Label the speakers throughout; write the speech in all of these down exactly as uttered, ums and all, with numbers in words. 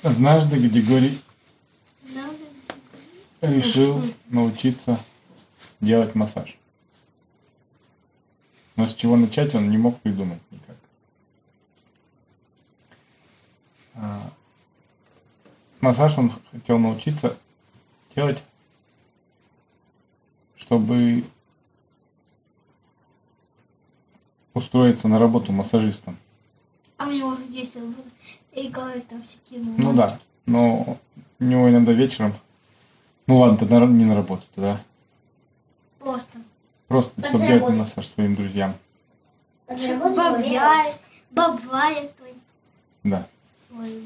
Speaker 1: Однажды Григорий решил научиться делать массаж. Но с чего начать он не мог придумать никак. А, массаж он хотел научиться делать, чтобы устроиться на работу массажистом.
Speaker 2: А у него здесь и говорит там всякие...
Speaker 1: Ну да, но у него иногда вечером... Ну ладно, ты не на работу, да?
Speaker 2: Просто.
Speaker 1: Просто, чтобы делать массаж своим друзьям.
Speaker 2: Бывает, бывает.
Speaker 1: Да.
Speaker 2: Ой,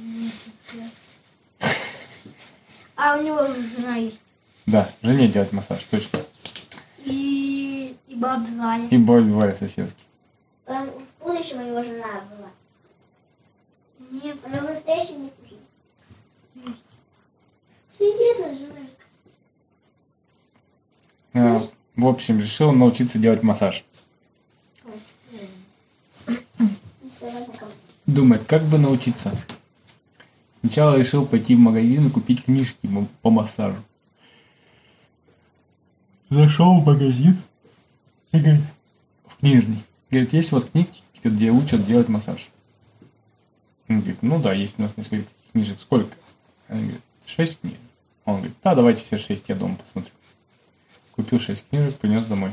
Speaker 2: а у него жена есть.
Speaker 1: Да, жене делать массаж, точно.
Speaker 2: И, и бабе Валя.
Speaker 1: И бабе Валя соседки.
Speaker 3: В будущем у него жена была.
Speaker 2: Нет.
Speaker 3: Она в настоящем не курит. Что интересно с женой рассказать.
Speaker 1: А, в общем, решил научиться делать массаж. Думает, как бы научиться. Сначала решил пойти в магазин и купить книжки по массажу. Зашел в магазин и говорит, в книжный. Говорит, есть у вас книги, где учат делать массаж? Он говорит, ну да, есть у нас несколько таких книжек. Сколько? Они говорят, шесть книг. Он говорит, да, давайте все шесть, я дома посмотрю. Купил шесть книжек, принес домой.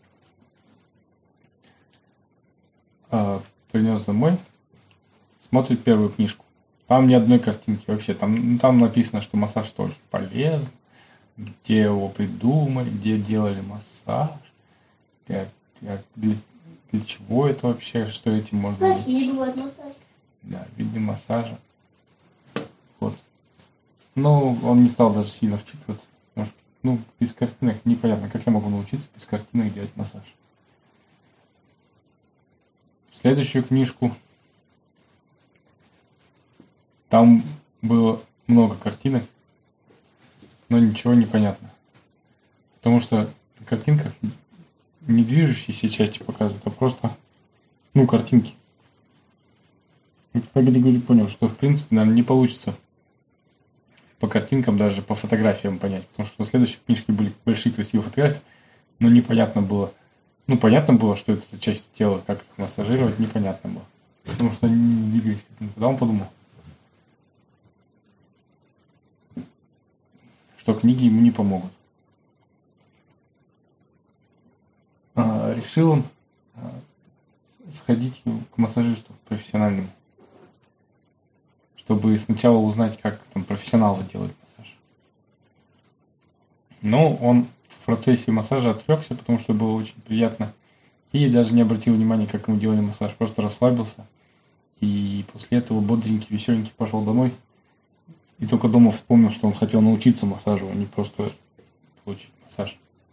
Speaker 1: А, принес домой, смотрит первую книжку. Там ни одной картинки вообще. Там, ну, там написано, что массаж тоже полезен, где его придумали, где делали массаж, как, как, для, для чего это вообще, что этим можно
Speaker 3: Какие
Speaker 1: лечить.
Speaker 3: бывают массажи?
Speaker 1: Да, виды массажа. Вот. Но он не стал даже сильно вчитываться. Потому что, ну, без картинок непонятно, как я могу научиться без картинок делать массаж. Следующую книжку. Там было много картинок, но ничего не понятно. Потому что на картинках не движущиеся части показывают, а просто, ну, картинки. И когда Григорий понял, что в принципе, наверное, не получится по картинкам, даже по фотографиям понять. Потому что в следующей книжке были большие красивые фотографии, но непонятно было. Ну, понятно было, что это за части тела, как их массажировать, непонятно было. Потому что они не двигались. Тогда он подумал, что книги ему не помогут. А, решил он а, сходить к массажисту профессиональному, чтобы сначала узнать, как там профессионалы делают массаж. Но он в процессе массажа отвлекся, потому что было очень приятно. И даже не обратил внимания, как ему делали массаж. Просто расслабился. И после этого бодренький, веселенький пошел домой. И только дома вспомнил, что он хотел научиться массажу, а не просто получить массаж.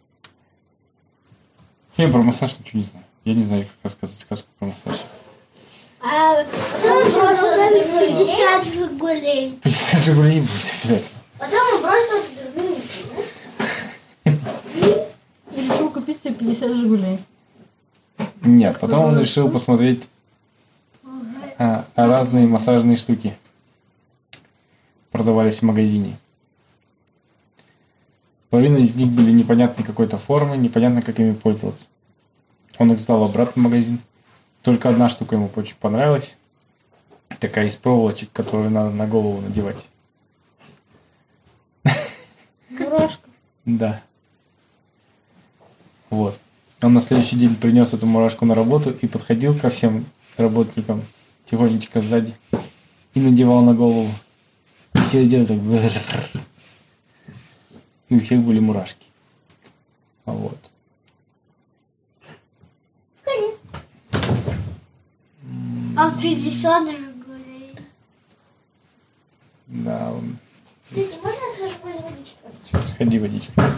Speaker 1: Я про массаж ничего не знаю. Я не знаю, как рассказывать сказку про массаж.
Speaker 2: А потом пятьдесят жигулей.
Speaker 1: пятьдесят жигулей будет обязательно.
Speaker 3: Потом он бросил другую.
Speaker 4: И решил купить себе пятьдесят жигулей.
Speaker 1: Нет, потом он решил посмотреть а, а разные массажные штуки. Продавались в магазине. Половина из них были непонятной какой-то формы, непонятно, как ими пользоваться. Он их сдал обратно в магазин. Только одна штука ему очень понравилась. Такая из проволочек, которую надо на голову надевать.
Speaker 4: Мурашка.
Speaker 1: Да. Вот. Он на следующий день принес эту мурашку на работу и подходил ко всем работникам тихонечко сзади и надевал на голову. И все делали так. И у всех были мурашки. А вот.
Speaker 2: А пятьдесят жигулей.
Speaker 1: Да, он...
Speaker 3: Кстати, можно я схожу по водичке?
Speaker 1: Сходи, водичка.